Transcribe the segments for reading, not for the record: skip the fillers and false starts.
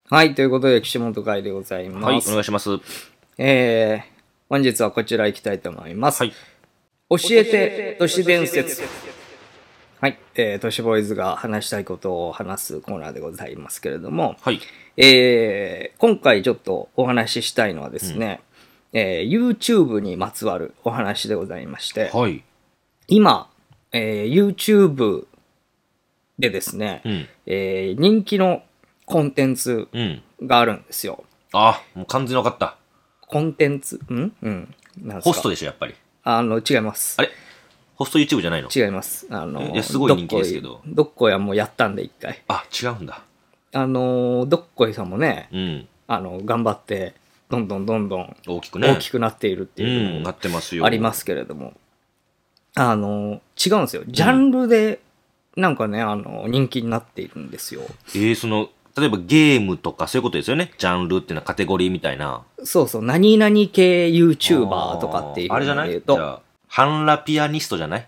はい、ということで、岸本会でございます。 はい、お願いします。 本日はこちら行きたいと思います。 はい。 教えて、都市伝説。はい、都市ボーイズが話したいことを話すコーナーでございますけれども、 はい。 今回ちょっとお話ししたいのはですね、YouTube にまつわるお話でございまして、 はい。 今、YouTube でですね、人気のコンテンツがあるんですよ。 あ、もう完全に分かった。 コンテンツなんですかホストでしょ、やっぱり。 違います。 あれホスト YouTube じゃないの？ 違います。 いや、すごい人気ですけど。 どっこいはもうやったんで、一回。 あ、違うんだ。 どっこいさんもね、 うん。 頑張って、どんどん大きくね。 大きくなっているっていうなのってますよ。 もありますけれども、違うんですよ。ジャンルで、なんかね、人気になっているんですよ。 例えばゲームとかそういうことですよね。ジャンルっていうのはカテゴリーみたいな。 そうそう、何々系 YouTuber とかっていうあれじゃない？ ので言うと、 じゃあ、ハンラピアニストじゃない？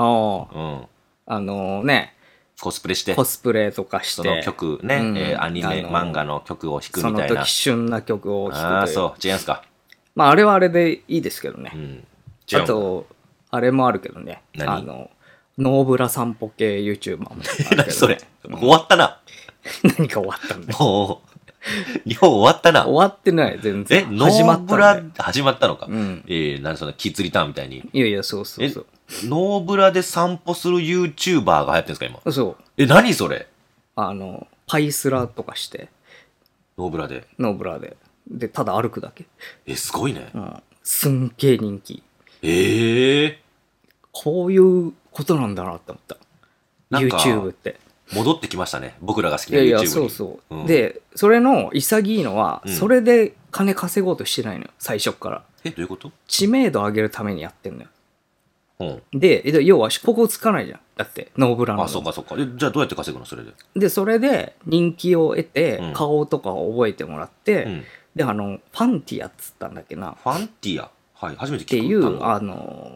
ね、 コスプレして。 コスプレとかして、 その曲ね、アニメ、漫画の曲を弾くみたいな。 その時旬な曲を弾くという。 ああ、そう、違いますか。 まあ、あれはあれでいいですけどね。 違うあと、あれもあるけどね。 何？ ノーブラ散歩系 YouTuber もあるけど、ね。 何それ？終わったな。 何か終わったんだよ。 もう、日本終わったな。 終わってない、全然。 ノーブラ、始まったのか。 何そのキッズリターンみたいに。 いやいや、そうそうそう。 ノーブラで散歩する YouTuber が流行ってるんですか、今。 そう。 何それ？ パイスラとかして。 ノーブラで。 ノーブラで。で、ただ歩くだけ。 すごいね。 すんげえ人気。こういうことなんだなって思った。YouTube って。 戻ってきましたね。僕らが好きな YouTube に。 いやいや、そうそう。で、それの潔いのは、それで金稼ごうとしてないのよ。最初から。 どういうこと？ 知名度上げるためにやってんのよ。 うん。 で、要は、ここつかないじゃん。だって、ノーブランド。 あ、そうかそうか。じゃあどうやって稼ぐのそれで。 で、それで人気を得て、顔とかを覚えてもらって、で、ファンティアっつったんだっけな。 ファンティア？はい、初めて聞く。 っていう、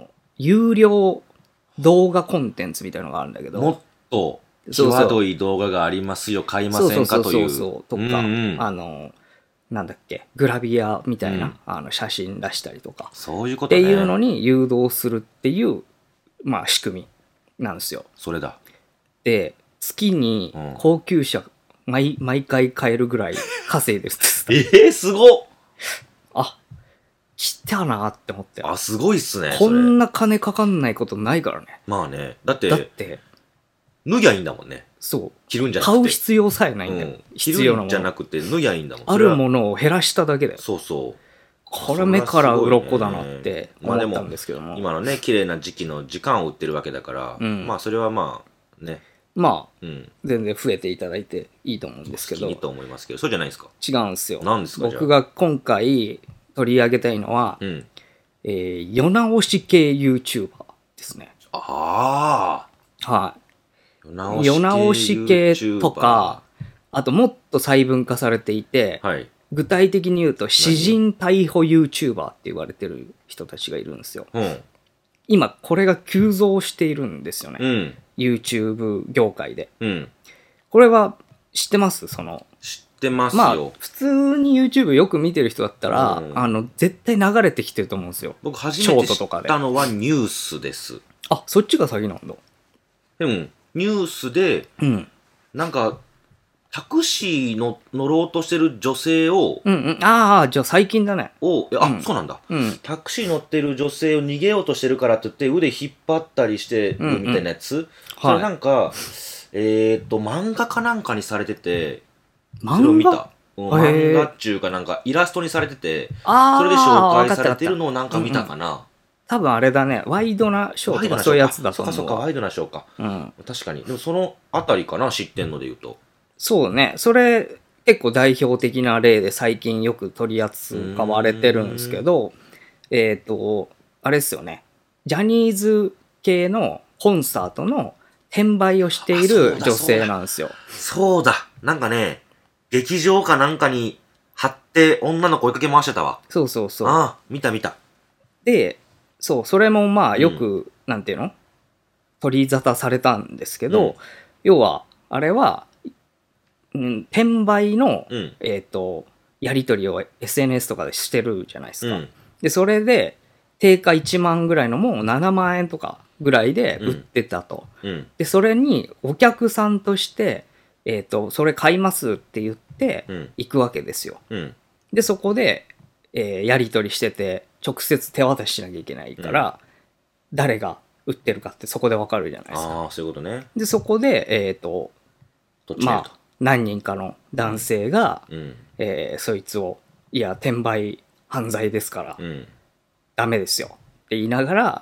有料動画コンテンツみたいなのがあるんだけど。 もっと、際どい動画がありますよ、買いませんかという。 とか、なんだっけ、グラビアみたいな、写真出したりとか。 そういうことね。 っていうのに誘導するっていう、まあ、仕組みなんですよ。 それだ。 で、月に高級車、毎回買えるぐらい稼いですって。 すごっ！ あ、来たなって思って。 あ、すごいっすね。 こんな金かかんないことないからね。 まあね。だって、脱ぎゃいいんだもんね。 そう。 着るんじゃなくて。 買う必要さえないんだよ。 必要なもの。着るんじゃなくて、脱ぎゃいいんだもん。 あるものを減らしただけだよ。 そうそう。 これ目から鱗だなって思ったんですけども。 今のね、綺麗な時期の時間を売ってるわけだから、まあそれはまあね。 まあ、全然増えていただいていいと思うんですけど。 いいと思いますけど、そうじゃないですか。 違うんですよ。 何ですか？ 僕が今回取り上げたいのは、世直し系 YouTuber ですね。 ああ。はい。世直し系とか、あともっと細分化されていて、具体的に言うと、詩人逮捕 YouTuber って言われてる人たちがいるんですよ。今、これが急増しているんですよね。YouTube 業界で。これは知ってます？知ってますよ。 まあ、普通に YouTube よく見てる人だったら、絶対流れてきてると思うんですよ。 僕初めて知ったのはニュースです。 あ、そっちが先なんだ。 ニュースで、なんか、タクシー乗ろうとしてる女性を、 ああ、じゃあ最近だね。 そうなんだ。タクシー乗ってる女性を逃げようとしてるからって言って腕引っ張ったりしてるみたいなやつ。それなんか、漫画かなんかにされてて、それを見た。漫画っちゅうかなんかイラストにされてて、それで紹介されてるのをなんか見たかな。 多分あれだね、ワイドなショーとかそういうやつだと思う。 そうか、ワイドなショーか。確かに。でもそのあたりかな、知ってんので言うと。 そうね。それ、結構代表的な例で最近よく取り扱われてるんですけど、あれですよね。ジャニーズ系のコンサートの転売をしている女性なんですよ。 そうだ。なんかね、劇場かなんかに貼って女の子追いかけ回してたわ。 そうそうそう。 ああ、見た見た。 で、そう、それもまあよく、なんていうの？取り沙汰されたんですけど、要は、あれは、 転売の、 うん、 やり取りを SNS とかでしてるじゃないですか。 うん、 で、それで、定価1万ぐらいのも7万円とかぐらいで売ってたと。 うん、 で、それにお客さんとして、それ買いますって言って行くわけですよ。 うん、 で、そこで、やり取りしてて、直接手渡ししなきゃいけないから、誰が売ってるかってそこでわかるじゃないですか。 ああ、そういうことね。 で、そこで、まあ、何人かの男性が、そいつを、いや、転売犯罪ですから、ダメですよって言いながら、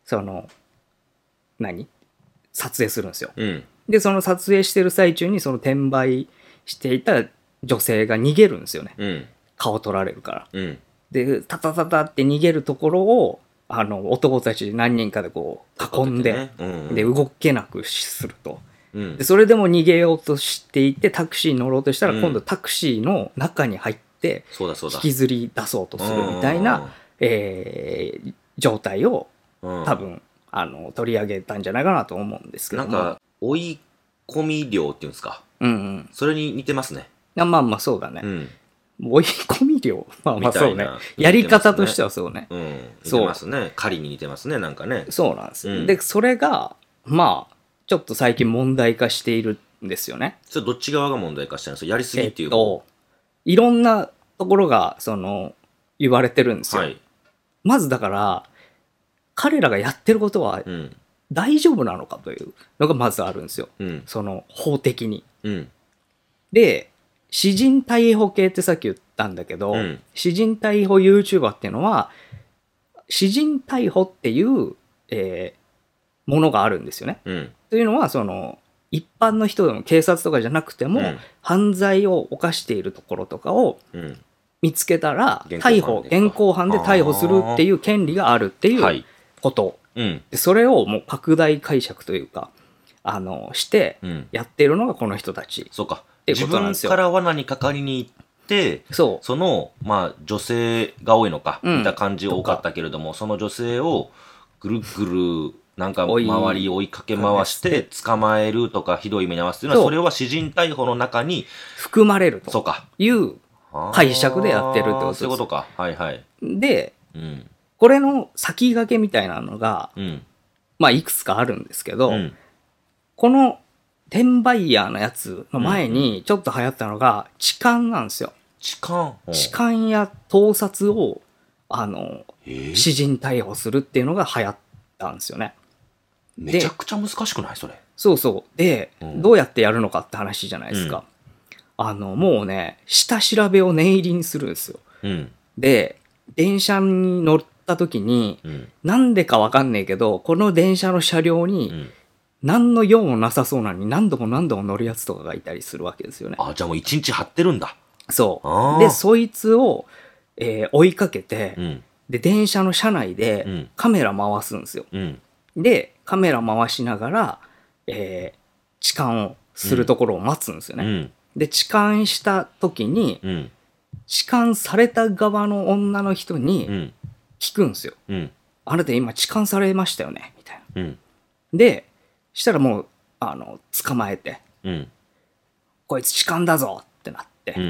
撮影するんですよ。で、その撮影してる最中に、その転売していた女性が逃げるんですよね。顔取られるから。で、タタタタって逃げるところを、男たち何人かでこう、囲んで、で、動けなくすると。でそれでも逃げようとしていてタクシーに乗ろうとしたら、今度タクシーの中に入って引きずり出そうとするみたいな、状態を多分取り上げたんじゃないかなと思うんですけども、 なんか追い込み量っていうんですか、それに似てますね。 まあまあそうだね、追い込み量、まあまあそうね、やり方としてはそうね、 似てますね。狩りに似てますね、なんかね。 そうなんです、でそれがまあちょっと最近問題化しているんですよね。 それどっち側が問題化してるんですか？やりすぎっていういろんなところが言われてるんですよ。まずだから彼らがやってることは大丈夫なのかというのがまずあるんですよ。法的に。で、私人逮捕系ってさっき言ったんだけど、私人逮捕 YouTuber っていうのは私人逮捕っていう、ものがあるんですよね。というのは一般の人でも警察とかじゃなくても、犯罪を犯しているところとかを見つけたら現行犯で逮捕するっていう権利があるっていうこと、でそれをもう拡大解釈というかしてやっているのがこの人たち。 そうか、自分から罠にかかりに行ってまあ女性が多いのか、見た感じ多かったけれども、その女性をぐるぐるなんか周り追いかけ回して捕まえるとかひどい目に遭わすというのは、それは私人逮捕の中に含まれるという解釈でやってるってことです。 そういうことか。 で、これの先駆けみたいなのが、まあいくつかあるんですけど、この転売ヤーのやつの前にちょっと流行ったのが痴漢なんですよ。痴漢や盗撮を私人逮捕するっていうのが流行ったんですよね。 めちゃくちゃ難しくない？それ。 そうそう。で、どうやってやるのかって話じゃないですか。もうね、下調べを念入りにするんですよ。で、電車に乗った時に、なんでかわかんないけど、この電車の車両に、何の用もなさそうなのに何度も何度も乗るやつとかがいたりするわけですよね。 じゃあもう一日張ってるんだ。 そう。で、そいつを、追いかけて、で、電車の車内でカメラ回すんですよ。で、カメラ回しながら、痴漢をするところを待つんですよね。で、痴漢した時に、痴漢された側の女の人に聞くんですよ。あなた今痴漢されましたよねみたいな。で、したらもう、捕まえて、こいつ痴漢だぞってなって、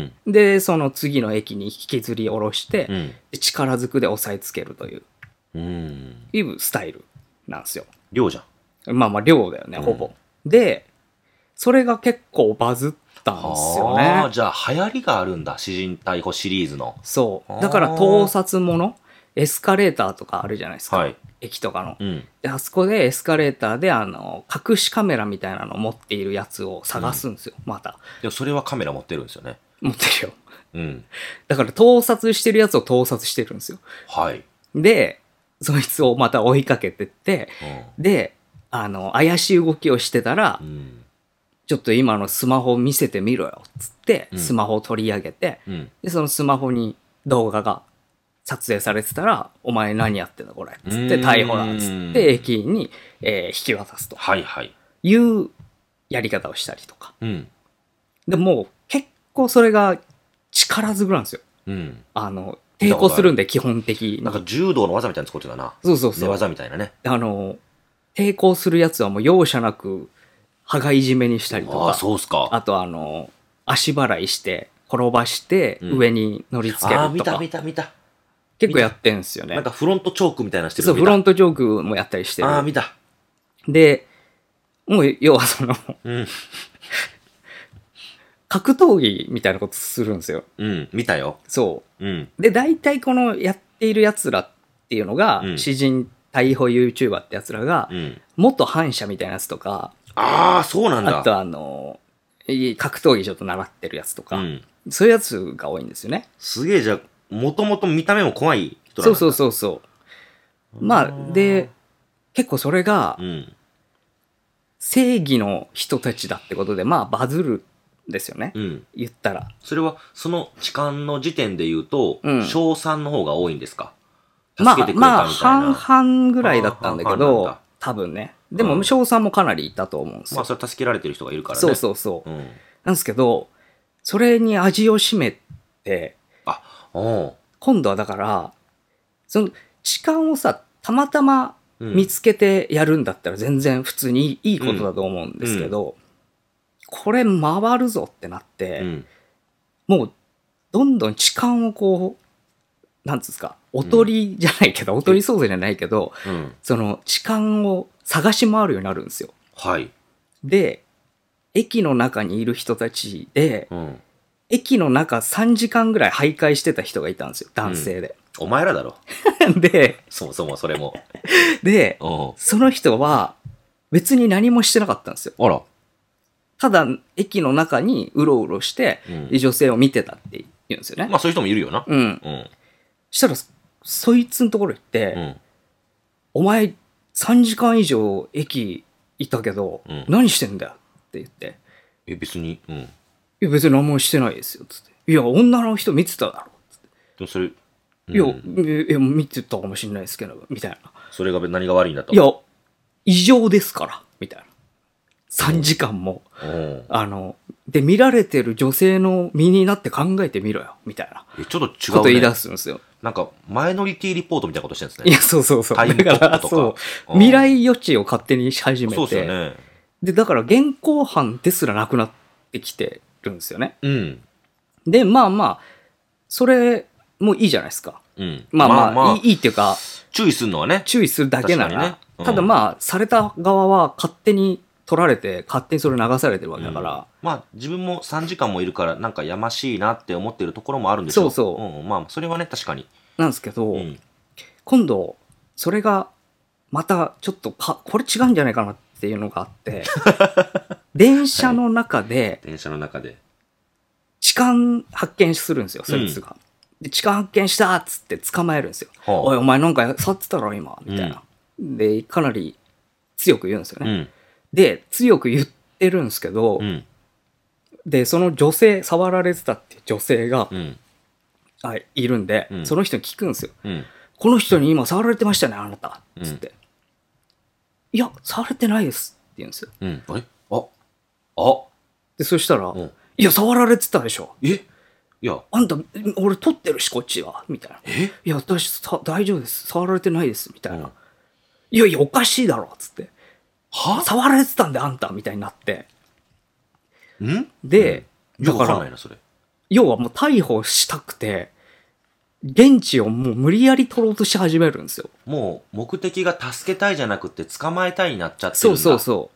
で、その次の駅に引きずり下ろして、で力ずくで押さえつけるという、いうスタイルなんですよ。 量じゃん。まあまあ量だよね、ほぼ。で、それが結構バズったんですよね。 じゃあ流行りがあるんだ、私人逮捕シリーズの。 そう。だから盗撮もの、エスカレーターとかあるじゃないですか。駅とかの。で、あそこでエスカレーターで隠しカメラみたいなのを持っているやつを探すんですよ、また。 でもそれはカメラ持ってるんですよね。 持ってるよ。だから盗撮してるやつを盗撮してるんですよ。で、そいつをまた追いかけてって、で、怪しい動きをしてたら、ちょっと今のスマホ見せてみろよ、つって、スマホを取り上げて、で、そのスマホに動画が撮影されてたら、お前何やってんだこれ、つって逮捕だ、つって駅員に、引き渡すと。いうやり方をしたりとか。でも、結構それが力ずくなんですよ。抵抗するんで、基本的に。 なんか柔道の技みたいなことだな。 そう。 寝技みたいなね。 抵抗するやつはもう容赦なく、羽がいじめにしたりとか。 そうっすか。 あと足払いして転ばして上に乗り付けるとか、 見た結構やってんすよね。 なんかフロントチョークみたいなしてる。 そう、フロントチョークもやったりしてる。 見た。 で、もう要は格闘技みたいなことするんですよ。 見たよ。 そう。で、大体このやっている奴らっていうのが、詩人逮捕 YouTuber って奴らが、元反社みたいなやつとか、 そうなんだ。 あと格闘技ちょっと習ってるやつとか、そういうやつが多いんですよね。 すげえ、じゃあ、もともと見た目も怖い人なんだ。 そう。まあ、で、結構それが、正義の人たちだってことで、まあ、バズるんですよね。言ったら。 それは、その痴漢の時点で言うと、賞賛の方が多いんですか？ まあ、半々ぐらいだったんだけど、多分ね。でも、賞賛もかなりいたと思うんですよ。 まあ、それ助けられてる人がいるからね。 そう。なんですけど、それに味を占めて、今度はだから、その痴漢をさ、たまたま見つけてやるんだったら全然普通にいいことだと思うんですけど、これ回るぞってなって、もうどんどん痴漢をこう、なんつうんですか、おとりじゃないけど、おとり捜査じゃないけど、その痴漢を探し回るようになるんですよ。で、駅の中にいる人たちで、駅の中3時間ぐらい徘徊してた人がいたんですよ、男性で。 お前らだろ。 で、 そもそもそれも。 で、その人は別に何もしてなかったんですよ。ただ、駅の中にうろうろして、女性を見てたって言うんですよね。 まあそういう人もいるよな。 したら、そいつのところ行って、お前3時間以上駅いたけど、何してんだよって言って。 別に、 いや、別に何もしてないですよ、つって。いや、女の人見てただろ、つって。 でもそれ、 いや、見てたかもしれないですけど、みたいな。 それが何が悪いんだと。 いや、異常ですから、みたいな。3時間も。で、見られてる女性の身になって考えてみろよ、みたいな。 ちょっと違うね。 こと言い出すんですよ。 なんか、マイノリティリポートみたいなことしてるんですね。 いや、そう。 タイムトップとか。 そう。未来予知を勝手にし始めて。 そうですよね。 で、だから現行犯ですらなくなってきてるんですよね。で、まあ、それもいいじゃないですか。まあ、いいっていうか、 注意するのはね。 注意するだけなら。ただまあ、された側は勝手に取られて、勝手にそれ流されてるわけだから。 まあ、自分も3時間もいるから、なんかやましいなって思ってるところもあるんでしょう。 そう。 まあ、それはね、確かに。 なんですけど、今度、それが、また、ちょっとこれ違うんじゃないかなっていうのがあって、電車の中で、痴漢発見するんですよ、そいつが。で、痴漢発見したっつって捕まえるんですよ。おい、お前なんか触ってたろ、今。みたいな。で、かなり強く言うんですよね。で、強く言ってるんですけど、で、その女性、触られてたっていう女性が、いるんで、その人に聞くんですよ。この人に今触られてましたね、あなた。つって。いや、触れてないですって言うんですよ。で、そしたら、いや、触られてたでしょ。 いや、 あんた、俺撮ってるし、こっちは。みたいな。いや、私、大丈夫です。触られてないです。みたいな。いや、おかしいだろ。つって。触られてたんで、あんた。みたいになって。で、だから、要はもう逮捕したくて、現地をもう無理やり取ろうとし始めるんですよ。 もう目的が助けたいじゃなくて捕まえたいになっちゃってるんだ。 そう。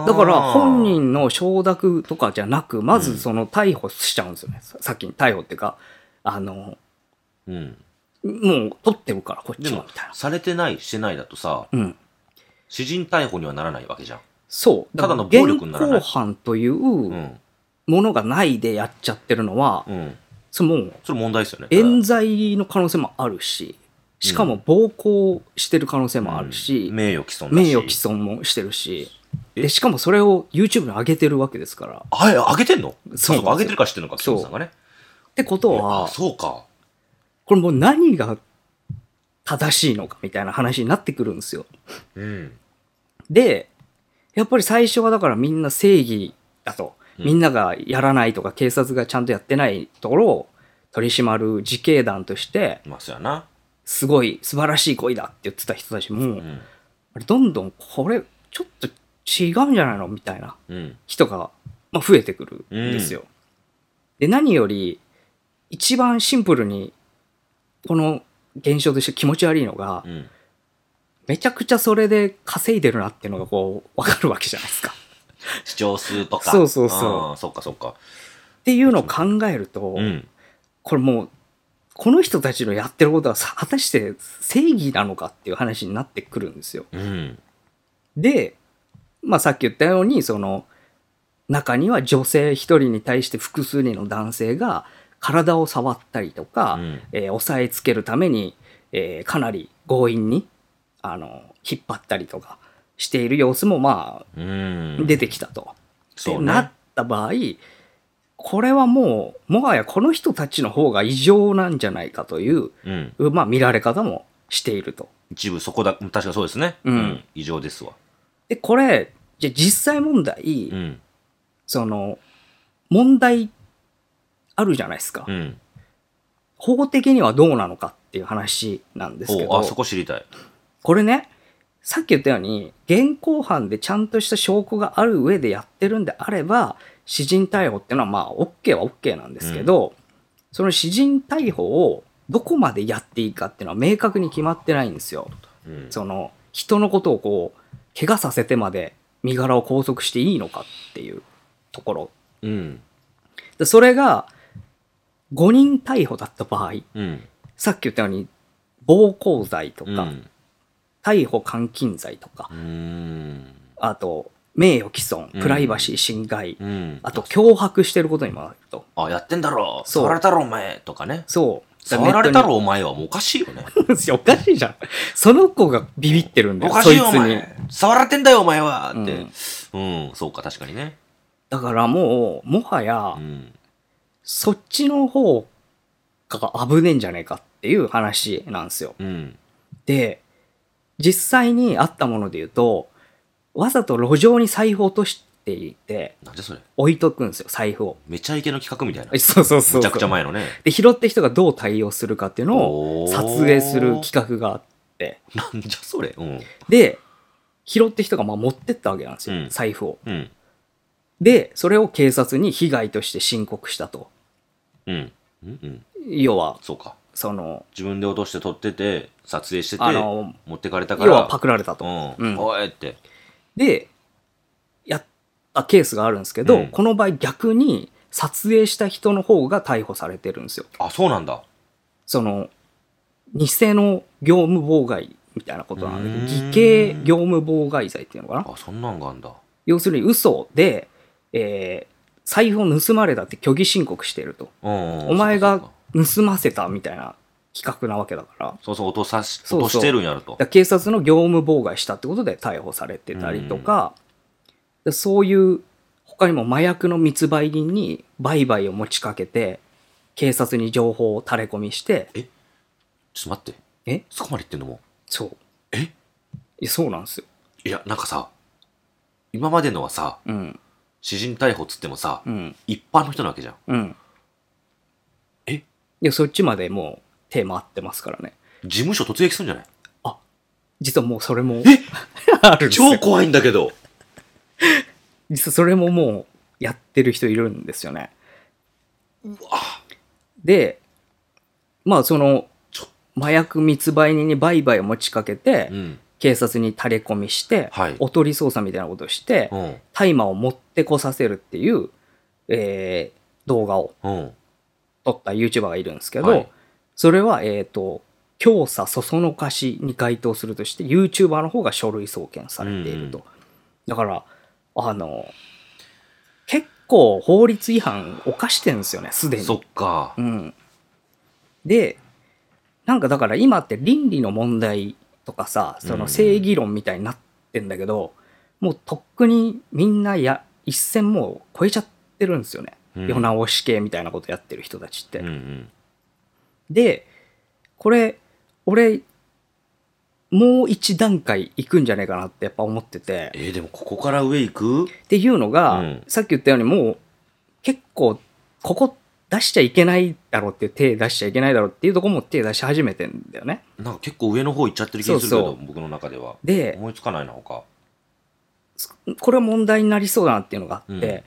だから本人の承諾とかじゃなく、まずその逮捕しちゃうんですよね。先に逮捕っていうか、もう取ってるからこっちはみたいな。 されてないしてないだとさ、私人逮捕にはならないわけじゃん。 そう。 ただの暴力にならない。 現行犯というものがないでやっちゃってるのは、それ問題ですよね。 冤罪の可能性もあるし、しかも暴行してる可能性もあるし、 名誉毀損だし。 名誉毀損もしてるし、で、しかもそれを YouTube に上げてるわけですから。 上げてんの？ そう。 上げてるから知ってるのか、木本さんがね。 ってことは、 そうか。 これもう何が正しいのかみたいな話になってくるんですよ。で、やっぱり最初はだからみんな正義だと。みんながやらないとか警察がちゃんとやってないところを取り締まる自警団として、すごい素晴らしい恋だって言ってた人たちも、どんどんこれちょっと違うんじゃないのみたいな人が増えてくるんですよ。 で、何より、一番シンプルに、この現象として気持ち悪いのが、めちゃくちゃそれで稼いでるなっていうのがこう、わかるわけじゃないですか。 視聴数とか。 そうそうそう。 そっかそっか。 っていうのを考えると、これもう、この人たちのやってることは果たして正義なのかっていう話になってくるんですよ。で、まあさっき言ったように、その、中には女性一人に対して複数人の男性が体を触ったりとか、押さえつけるために、かなり強引に引っ張ったりとかしている様子もまあ出てきたと。そうね、なった場合、これはもはやこの人たちの方が異常なんじゃないかという、まあ見られ方もしていると。 一部そこだ、確かそうですね。異常ですわ。 で、これ、じゃあ実際問題、その、問題あるじゃないですか。法的にはどうなのかっていう話なんですけど。 そこ知りたい。 これね、さっき言ったように、現行犯でちゃんとした証拠がある上でやってるんであれば、私人逮捕っていうのはまあ、OK は OK なんですけど、その私人逮捕をどこまでやっていいかっていうのは明確に決まってないんですよ。その、人のことをこう、怪我させてまで身柄を拘束していいのかっていうところ。でそれが、5人逮捕だった場合、さっき言ったように、暴行罪とか、逮捕監禁罪とか、あと、名誉毀損、プライバシー侵害、あと、脅迫してることにもあると。 やってんだろ、触られたろお前とかね。 そう。 触られたろお前はもうおかしいよね。 おかしいじゃん。その子がビビってるんだよ。 おかしいよお前。触られてんだよお前はって。そうか、確かにね。 だからもはや、そっちの方が危ねえんじゃねえかっていう話なんですよ。で、実際にあったもので言うと、わざと路上に財布を落としていて、 なんでそれ置いとくんですよ、財布を。 めちゃイケの企画みたいな。 そうそうそう。 めちゃくちゃ前のね。 で、拾って人がどう対応するかっていうのを撮影する企画があって。 なんじゃそれ。 で、拾って人がまあ持ってったわけなんですよ、財布を。で、それを警察に被害として申告したと。要は、 そうか。 その自分で落として撮ってて撮影してて持ってかれたから要はパクられたと、 おいってでやったケースがあるんですけど、この場合逆に撮影した人の方が逮捕されてるんですよ。 そうなんだ。 その偽の業務妨害みたいなことなんで、偽計業務妨害罪っていうのかな。 そんなんがあんだ。 要するに嘘で、財布を盗まれたって虚偽申告していると。お前が盗ませたみたいな企画なわけだから。 そうそう、落としてるんやると。 警察の業務妨害したってことで逮捕されてたりとか、そういう他にも麻薬の密売人に売買を持ちかけて警察に情報を垂れ込みして。 ちょっと待って。そこまで言ってんのも。 そう。そうなんですよ。 いや、なんかさ、今までのはさ、私人逮捕っつってもさ、一般の人なわけじゃん。 いや、そっちまでもう手回ってますからね。 事務所突撃するんじゃない？ 実はもうそれもあるんですよ。 超怖いんだけど。 実はそれももうやってる人いるんですよね。で、まあその麻薬密売人に売買を持ちかけて、警察に垂れ込みして、おとり捜査みたいなことをして、大麻を持ってこさせるっていう、動画を撮った YouTuber がいるんですけど、それは、教唆そそのかしに該当するとして YouTuber の方が書類送検されていると。だから結構法律違反犯してるんですよね、すでに。 そっか。 で、なんかだから今って倫理の問題とかさ、その正義論みたいになってんだけど、もうとっくにみんな一線もう超えちゃってるんですよね。世直し系みたいなことやってる人たちって。で、これ俺もう一段階行くんじゃないかなってやっぱ思ってて。 でもここから上行くっていうのが、さっき言ったようにもう結構ここ出しちゃいけないだろうっていう手出しちゃいけないだろうっていうところも手出し始めてんだよね。 なんか結構上の方行っちゃってる気がするけど、僕の中では。で、思いつかないな他。 これは問題になりそうだなっていうのがあって、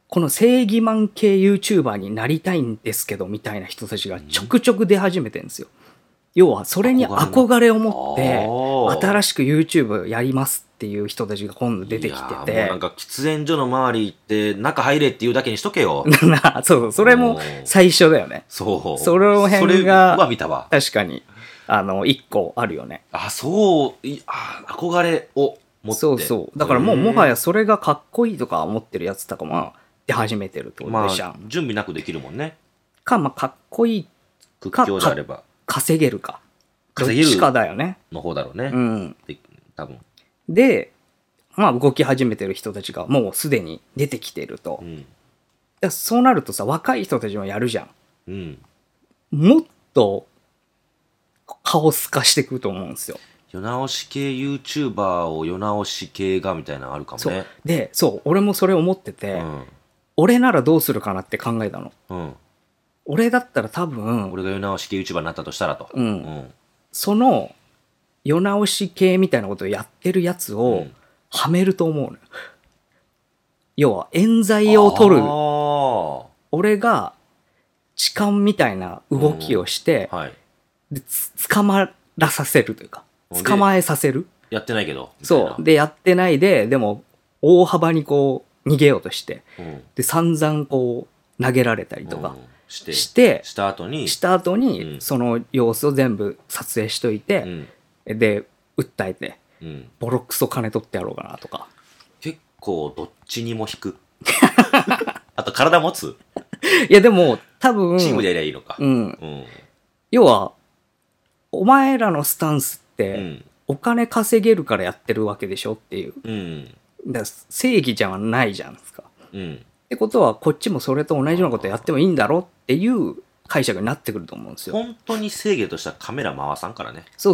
この正義マン系 YouTuber になりたいんですけどみたいな人たちがちょくちょく出始めてるんですよ。要はそれに憧れを持って新しく YouTube やりますっていう人たちが今度出てきてて、 もうなんか喫煙所の周り行って中入れっていうだけにしとけよ。 そうそれも最初だよね。 そうその辺がそれは見たわ。 確かに一個あるよね。 憧れを持って。 そうそう。だからもはやそれがかっこいいとか思ってるやつとかも出始めてるってことでしょ。 準備なくできるもんね。 かっこいい屈強であれば稼げるか。どっちかだよね。 の方だろうね。多分。 で、動き始めてる人たちがもうすでに出てきてると。そうなるとさ、若い人たちもやるじゃん。もっとカオス化していくと思うんですよ。 世直し系 YouTuber を世直し系がみたいなのあるかもね。 で、俺もそれ思ってて、俺ならどうするかなって考えたの。俺だったら多分、 俺が世直し系 YouTuber になったとしたらと。 その世直し系みたいなことをやってるやつをはめると思うのよ。要は冤罪を取る。俺が痴漢みたいな動きをして、で捕まらさせるというか、捕まえさせる。 やってないけど。 そうでやってないで、でも大幅にこう逃げようとして、で散々こう投げられたりとか。した後に、その様子を全部撮影しといて、で訴えて、ボロクソ金取ってやろうかなとか。 結構どっちにも引く。あと体持つ。 いやでも多分チームでやりゃいいのか。 要はお前らのスタンスって、お金稼げるからやってるわけでしょっていう、だから正義じゃないじゃんですか。ってことはこっちもそれと同じようなことやってもいいんだろっていう解釈になってくると思うんですよ。 本当に正義としたらカメラ回さんからね。 そう、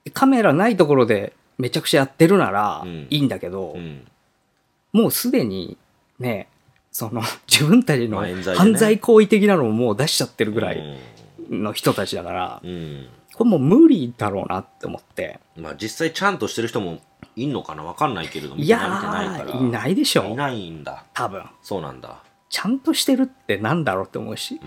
カメラないところでめちゃくちゃやってるならいいんだけど、もうすでにね、その自分たちの犯罪行為的なのをもう出しちゃってるぐらいの人たちだから、これもう無理だろうなって思って。 実際ちゃんとしてる人もいんのかな、分かんないけれども、 いないでしょ。 いないんだ。 多分。 そうなんだ。 ちゃんとしてるってなんだろうって思うし。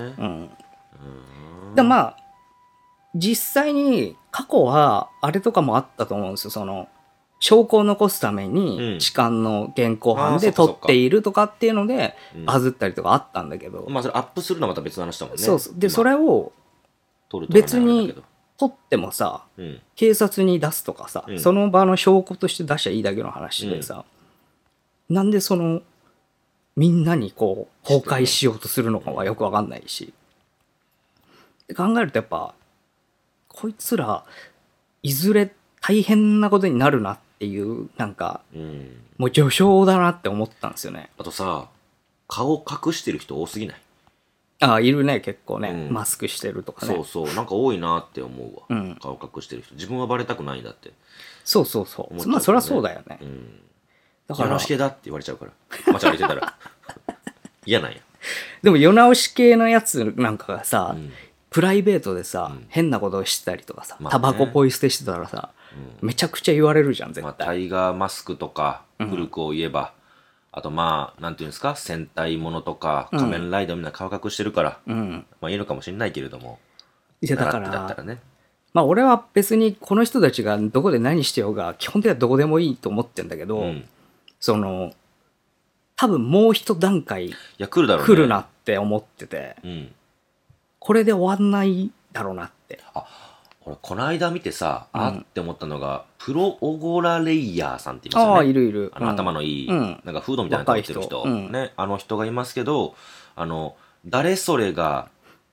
実際に過去はあれとかもあったと思うんですよ。その証拠を残すために痴漢の現行犯で撮っているとかっていうのでバズったりとかあったんだけど、 それアップするのはまた別の話だもんね。 そうでそれを別に撮ってもさ、警察に出すとかさ、その場の証拠として出しゃいいだけの話でさ、なんでそのみんなにこう公開しようとするのかはよくわかんないし、って考えるとやっぱこいつらいずれ大変なことになるなっていう、なんか、もう序章だなって思ったんですよね。 あとさ、顔隠してる人多すぎない？ いるね、結構ね、マスクしてるとかね。 そうなんか多いなって思うわ、顔隠してる人。自分はバレたくないんだって。 そうそりゃそうだよね。 だから世直し系だって言われちゃうから街歩いてたら嫌なんや。 でも世直し系のやつなんかがさ、プライベートでさ、変なことをしてたりとかさ、タバコポイ捨てしてたらさ、めちゃくちゃ言われるじゃん、絶対。 タイガーマスクとか古くを言えば、あとなんていうんですか、戦隊ものとか仮面ライダーみんな顔隠してるから、いいのかもしれないけれども。 いやだからね、俺は別にこの人たちがどこで何してようが基本的にはどこでもいいと思ってんだけど、その多分もう一段階来るなって思ってて、これで終わんないだろうなって。 俺この間見てさ、って思ったのがプロオゴラレイヤーさんって言いますよね。 いる、 頭のいい、なんかフードみたいなの食べてる人、ね、あの人がいますけど、誰それが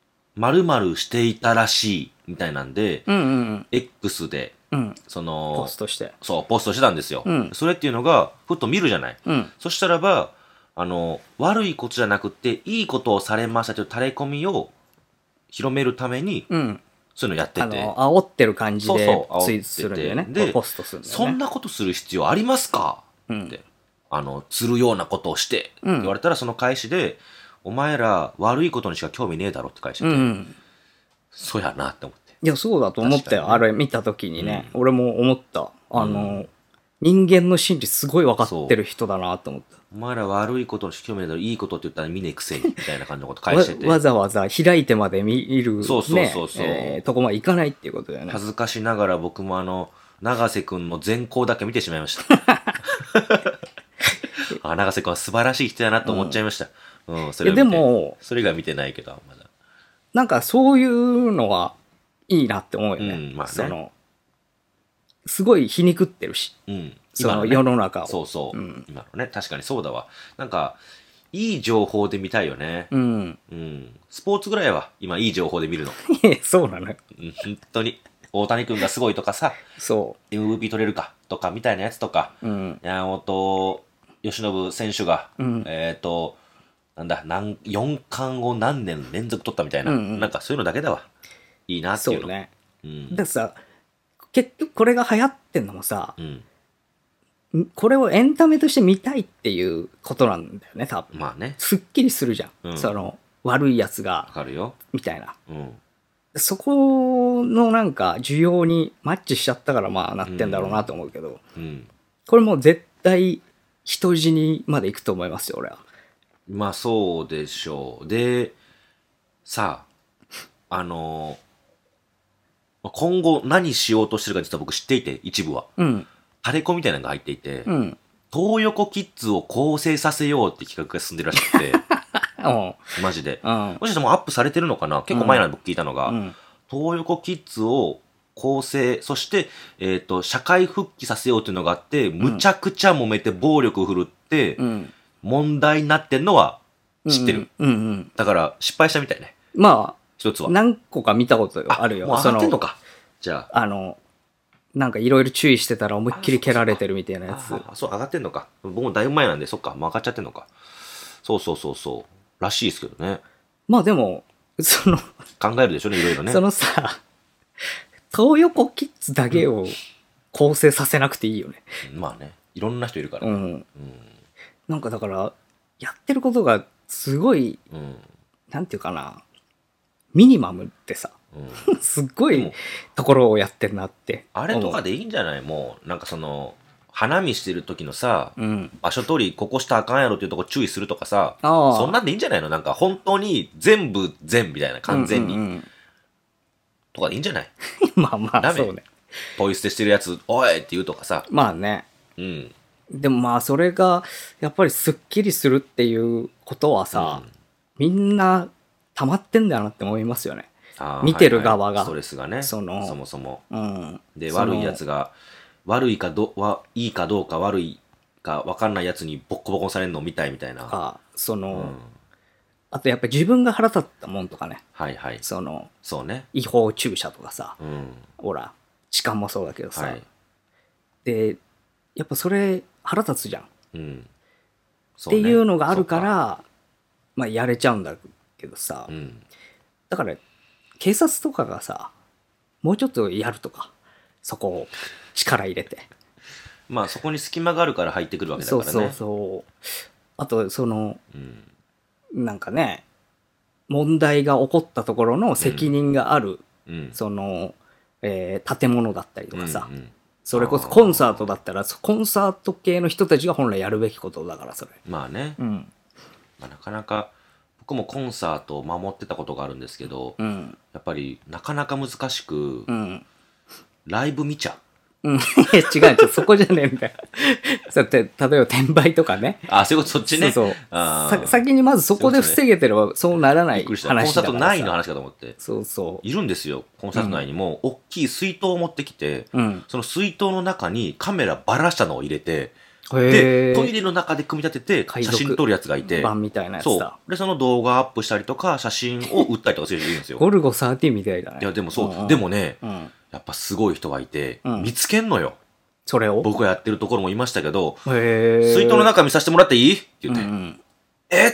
〇〇していたらしいみたいなんで、X で、そのポストしてたんですよ。それっていうのがふっと見るじゃない。そしたらば悪いことじゃなくていいことをされましたという垂れ込みを広めるために、そういうのやってて、 煽ってる感じでツイートするんだよね。でポストするんだよね。 そんなことする必要ありますかって、釣るようなことをして、って言われたら、その返しでお前ら悪いことにしか興味ねえだろって返してて、そうやなって思って。 いやそうだと思ったよ、あれ見た時にね。俺も思った。 人間の心理すごい分かってる人だなと思った。 お前ら悪いことの興味ないいいことって言ったら見ねえくせにみたいな感じのこと返しててわざわざ開いてまで見る、 そうそうそうそう、 とこまで行かないっていうことだよね。 恥ずかしながら僕も永瀬くんの全校だけ見てしまいました永瀬くんは素晴らしい人だなと思っちゃいました、それを見て。でもそれが見てないけどまだなんかそういうのはいいなって思うよね。 まあね、 すごい皮肉ってるし、その世の中を。 そうそう、今のね、確かにそうだわ。なんかいい情報で見たいよね。スポーツぐらいは今いい情報で見るの。 そうなのよ。 本当に大谷君がすごいとかさ、 そう MVP 取れるかとかみたいなやつとか、山本由伸選手が、なんだ4冠を何年連続取ったみたいな、なんかそういうのだけだわ。いいなっていうの。 そうね。だってさ、結局これが流行ってんのもさ、これをエンタメとして見たいっていうことなんだよね、多分。 まあね。 すっきりするじゃん。その悪いやつが。 わかるよ。 みたいな。そこのなんか需要にマッチしちゃったからまあなってんだろうなと思うけど、これもう絶対人死にまでいくと思いますよ、俺は。 まあそうでしょう。で、さあ、今後何しようとしてるか実は僕知っていて、一部は。タレコみたいなのが入っていて、東横キッズを構成させようって企画が進んでるらしくて、マジで。もしかしてもうアップされてるのかな、結構前なんで僕聞いたのが、東横キッズを構成、そして、社会復帰させようっていうのがあって、むちゃくちゃ揉めて暴力振るって、問題になってんのは知ってる。だから失敗したみたいね。 まあ、 一つは。 何個か見たことあるよ。 もう上がってんのか。じゃあ。 なんかいろいろ注意してたら思いっきり蹴られてるみたいなやつ。 そう、上がってんのか。僕もだいぶ前なんで、そっか、もう上がっちゃってんのか。そう。らしいですけどね。 まあでも、 考えるでしょうね、いろいろね。 そのさ、東横キッズだけを構成させなくていいよね。 まあね、いろんな人いるからね。なんかだから、やってることがすごい、なんていうかな、ミニマムってさ、すっごいところをやってんなって。 あれとかでいいんじゃない？もう、なんか花見してる時のさ、場所取り、ここしたらあかんやろっていうとこ注意するとかさ、そんなんでいいんじゃないの？なんか本当に全部全みたいな、完全に。とかでいいんじゃない？ まあ、そうね。 ポイ捨てしてるやつ、おいって言うとかさ。 まあね。でもまあ、それが、やっぱりすっきりするっていうことはさ、みんな溜まってんだよなって思いますよね。見てる側が。 ストレスがね、そもそも。で、 悪いやつが、いいかどうか悪いか分かんないやつにボッコボコにされるのを見たいみたいな。 あとやっぱり自分が腹立ったもんとかね。 そうね。 違法駐車とかさ。ほら、痴漢もそうだけどさ。で、やっぱそれ腹立つじゃん。っていうのがあるから、まあやれちゃうんだけどさ。だから、警察とかがさ、もうちょっとやるとか、そこを力入れて。 まあそこに隙間があるから入ってくるわけだからね。 そう。あと、なんかね、問題が起こったところの責任がある、建物だったりとかさ、それこそコンサートだったら、コンサート系の人たちが本来やるべきことだから、それ。 まあね。まあ、なかなか、僕もコンサートを守ってたことがあるんですけど、やっぱりなかなか難しく、ライブ見ちゃう。 違う、そこじゃねえんだよ。例えば転売とかね。 そういうこと、そっちね。 先にまずそこで防げてればそうならない話だからさ。 コンサート内の話かと思って。 そう。 いるんですよ。コンサート内にも、大きい水筒を持ってきて、その水筒の中にカメラばらしたのを入れて、で、トイレの中で組み立てて写真撮るやつがいて、 版みたいなやつだ。 で、その動画アップしたりとか、写真を売ったりとかする人いるんですよ。 ゴルゴ13みたいだね。 いや、でもそう、でもね、やっぱすごい人がいて、見つけんのよ。 それを僕がやってるところもいましたけど、水筒の中見させてもらっていいって言って、ってなって、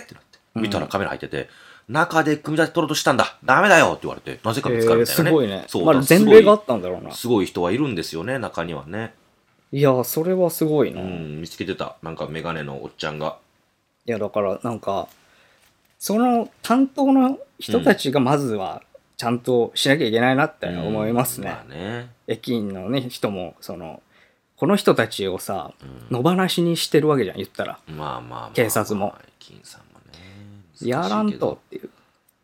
見たらカメラ入ってて、中で組み立て撮ろうとしたんだ、ダメだよって言われて、なぜか見つかるみたいなね。 すごいね。まあ前例があったんだろうな。 すごい人はいるんですよね、中にはね。 いや、それはすごいな。 見つけてた。なんかメガネのおっちゃんが。 いや、だからなんか、その担当の人たちがまずはちゃんとしなきゃいけないなって思いますね。 まあね。 駅員のね、人も、 この人たちをさ、野放しにしてるわけじゃん、言ったら。 まあまあ、 警察も。 金さんもね。 やらんとっていう。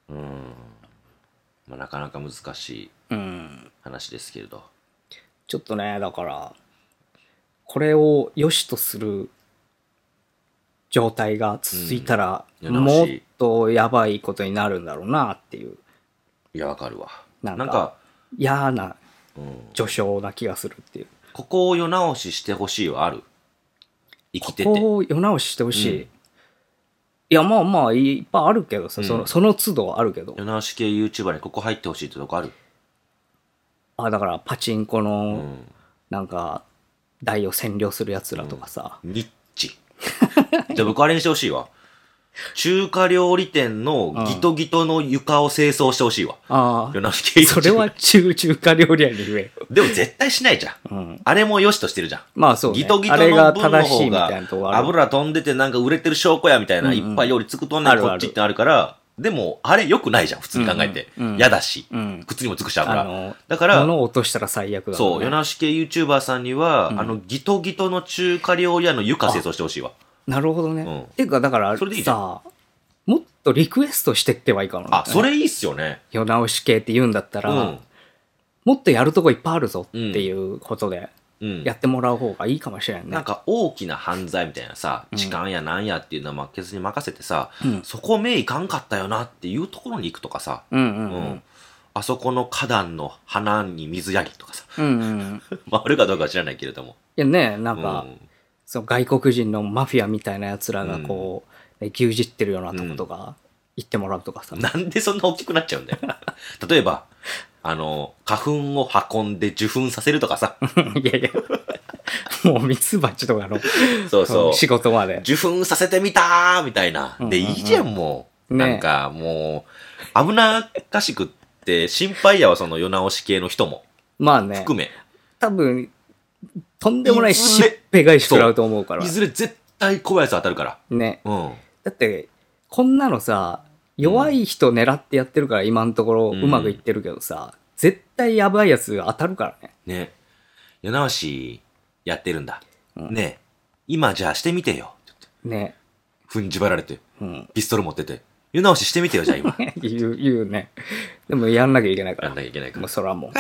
まあ、なかなか難しい話ですけれど。 ちょっとね、だから、これを良しとする状態が続いたら、もっとやばいことになるんだろうなっていう。 いや、わかるわ。 なんか嫌な序章な気がするっていう。 ここを世直ししてほしいはある？生きてて。 ここを世直ししてほしい。いや、まあまあ、いっぱいあるけどさ、その都度あるけど。 世直し系 YouTuber にここ入ってほしいってとこある？ だからパチンコの、なんか、台を占領するやつらとかさ。 ニッチ。じゃあ僕あれにしてほしいわ。中華料理店のギトギトの床を清掃してほしいわ。世直し系 YouTuber。 それは中華料理屋に言えよ。 でも絶対しないじゃん。あれも良しとしてるじゃん。 まあそうね。 ギトギトの分の方が油飛んでてなんか売れてる証拠やみたいな、いっぱい料理作っとんねんこっちってあるから、でもあれ良くないじゃん、普通に考えて。嫌だし、靴にもつくし油。だから、 物を落としたら最悪だ。 そう、世直し系 YouTuber さんには、ギトギトの中華料理屋の床清掃してほしいわ。 なるほどね。っていうか、だからさ、もっとリクエストしてってはいいかもね。 それいいっすよね。 世直し系って言うんだったら、もっとやるとこいっぱいあるぞっていうことで、やってもらう方がいいかもしれないね。 なんか大きな犯罪みたいなさ、痴漢やなんやっていうのは警察に任せてさ、そこ目いかんかったよなっていうところに行くとかさ、あそこの花壇の花に水やりとかさ、まああるかどうかは知らないけれども。 いやね、なんか、その外国人のマフィアみたいなやつらがこう、牛耳ってるようなとことか行ってもらうとかさ。 なんでそんな大きくなっちゃうんだよ。例えば、花粉を運んで受粉させるとかさ。 いやいや、もうミツバチとかの仕事まで。 受粉させてみたーみたいな。で、いいじゃん、もう。なんか、もう、危なっかしくって心配やわ、その世直し系の人も。 まあね。 含め。 多分、とんでもないしっぺ返し食らうと思うから。 いずれ絶対小林当たるから。 ね。だって、こんなのさ、弱い人狙ってやってるから今のところうまくいってるけどさ、絶対やばいやつが当たるからね。 ね。世直しやってるんだ。ね。今じゃあしてみてよ。 ね。 踏んじばられて、ピストル持ってて。世直ししてみてよ、じゃあ今。 言うね。でもやんなきゃいけないから。 やんなきゃいけないから。 もうそらもう。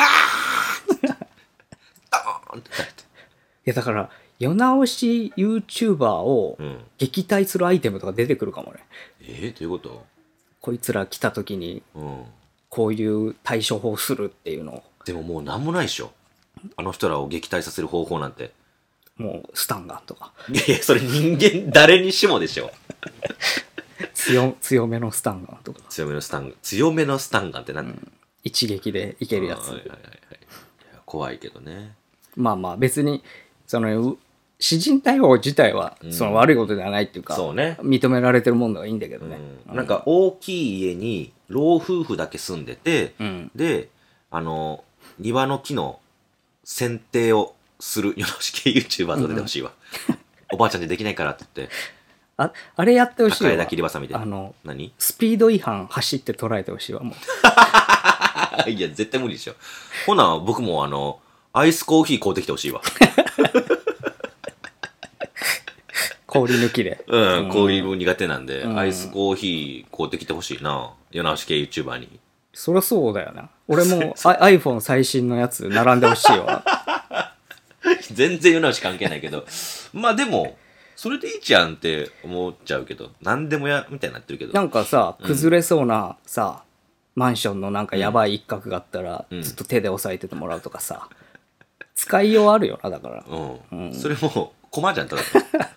いやだから世直し YouTuber を撃退するアイテムとか出てくるかもね。 どういうこと？ こいつら来た時にこういう対処法するっていうのを。 でももうなんもないでしょ、あの人らを撃退させる方法なんて。 もうスタンガンとか。 いやそれ人間誰にしもでしょ。 強めのスタンガンとか。 強めのスタンガンって何だ、 一撃でいけるやつ。 怖いけどね。 まあまあ別にその私人逮捕自体はその悪いことではないっていうか、認められてるもんだがいいんだけどね。 なんか大きい家に老夫婦だけ住んでて、で庭の木の剪定をする世直し系 YouTuber と出てほしいわ。おばあちゃんでできないからって言って。 あれやってほしいわ。 高枝切りばさみで。何？ スピード違反走って捉えてほしいわ、もう。いや、絶対無理でしょ。ほな、僕もアイスコーヒー買うてきてほしいわ。 氷抜きで。 氷も苦手なんで、アイスコーヒー買うてきてほしいな。世直し系 YouTuber に。 そりゃそうだよな。俺もiPhone 最新のやつ並んでほしいわ。 全然世直し関係ないけど。まあでも、それでいいじゃんって思っちゃうけど、何でもみたいになってるけど。 なんかさ、崩れそうなさ、マンションのなんかやばい一角があったら、ずっと手で押さえててもらうとかさ、使いようあるよな、だから。 それもう、コマじゃん、ただ。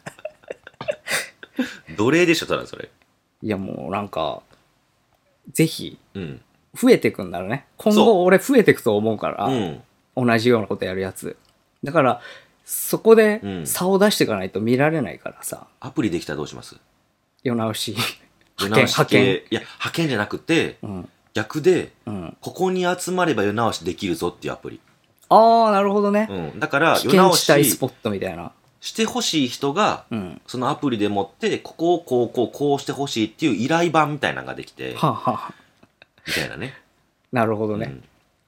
奴隷でしょ、ただそれ。 いやもうなんか、ぜひ、増えてくんならね。今後俺増えてくと思うから、同じようなことやるやつ。だから、そこで差を出していかないと見られないからさ。 アプリできたらどうします？ 世直し。 派遣。いや、派遣じゃなくて、逆で、ここに集まれば世直しできるぞっていうアプリ。 ああ、なるほどね。 だから、 世直しスポットみたいな。 してほしい人が、そのアプリでもって、ここをこうしてほしいっていう依頼版みたいなのができて、みたいなね。 なるほどね。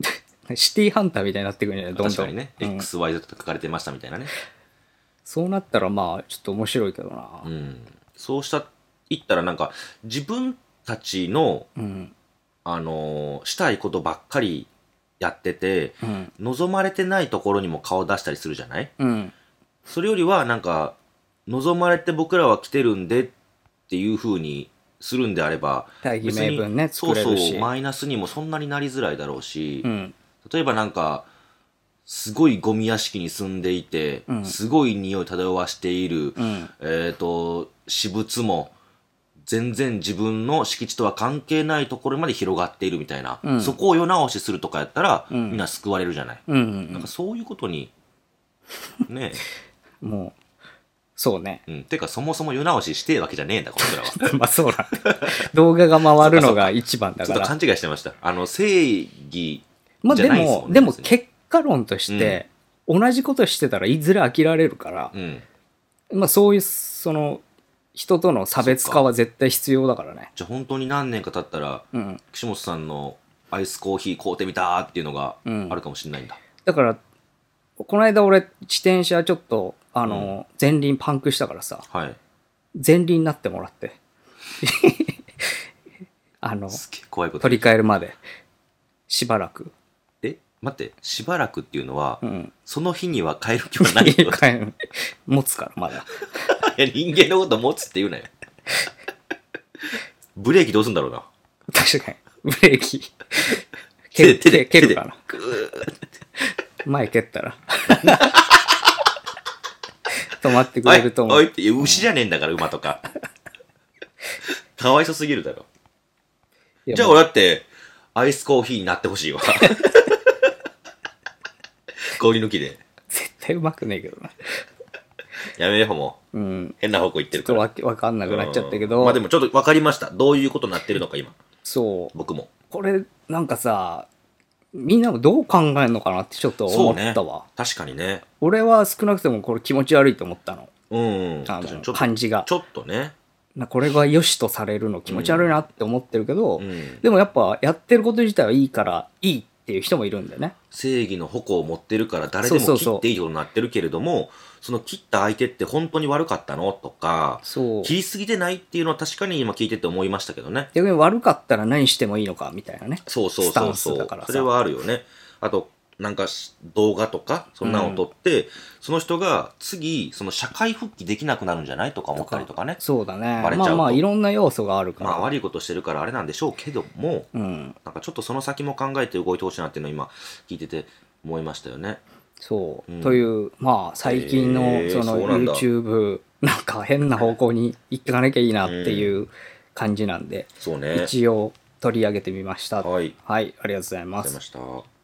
シティハンターみたいになってくるんじゃないどんどん。 確かにね、XYZ と書かれてましたみたいなね。 そうなったらまあちょっと面白いけどな。 そう言ったらなんか自分たちの、したいことばっかりやってて、望まれてないところにも顔出したりするじゃない、それよりはなんか望まれて僕らは来てるんでっていう風にするんであれば、 大義名分ね作れるし、 そうマイナスにもそんなになりづらいだろうし、例えばなんかすごいゴミ屋敷に住んでいて、すごい匂い漂わしている、私物も全然自分の敷地とは関係ないところまで広がっているみたいな、そこを世直しするとかやったら、みんな救われるじゃない、なんかそういうことにねもうそうね、 てかそもそも世直ししてるわけじゃねえんだこいつらはまあそうなんだ動画が回るのが一番だから。 ちょっと勘違いしてました。正義じゃないですもんね。 まあでも結果論として、同じことしてたらいずれ飽きられるから、まあそういうその人との差別化は絶対必要だからね。 じゃあ本当に何年か経ったら、岸本さんのアイスコーヒー買うてみたっていうのがあるかもしれないんだ。 だからこの間俺自転車ちょっと前輪パンクしたからさ、前輪になってもらってすげえ怖いこと取り替えるまでしばらく。 待って、しばらくっていうのは、その日には帰る気はないの持つからまだいや人間のこと持つって言うなよブレーキどうすんだろうな。 確かにブレーキ手で蹴るかな。前蹴ったら止まってくれると思う。 おいって牛じゃねえんだから馬とかかわいそすぎるだろ。じゃあ俺だってアイスコーヒーになってほしいわ氷抜きで。 絶対うまくねえけどなやめようもう、変な方向行ってるから。 ちょっとわかんなくなっちゃったけど、 まあでもちょっとわかりました。どういうことになってるのか今。 そう僕もこれなんかさ、みんなもどう考えるのかなってちょっと思ったわ。 確かにね。 俺は少なくともこれ気持ち悪いと思ったの。感じがちょっとね。 これが良しとされるの気持ち悪いなって思ってるけど、でもやっぱやってること自体はいいからいいっていう人もいるんだよね。 正義の矛を持ってるから誰でも切っていいことになってるけれども、その切った相手って本当に悪かったのとか、切りすぎてないっていうのは確かに今聞いてて思いましたけどね。 逆に悪かったら何してもいいのかみたいなね。 そうスタンスだからさ。 それはあるよね。あとなんか動画とかそんなのを撮って、その人が次その社会復帰できなくなるんじゃないとか思ったりとかね。 そうだね。まあいろんな要素があるから。 まあ悪いことしてるからあれなんでしょうけども、なんかちょっとその先も考えて動いてほしいなっていうのを今聞いてて思いましたよね。 そう、というまあ最近のその YouTube なんか変な方向に行っていかなきゃいいなっていう感じなんで、 そうね、 一応取り上げてみました。 はい、 ありがとうございます。 ありがとうございました。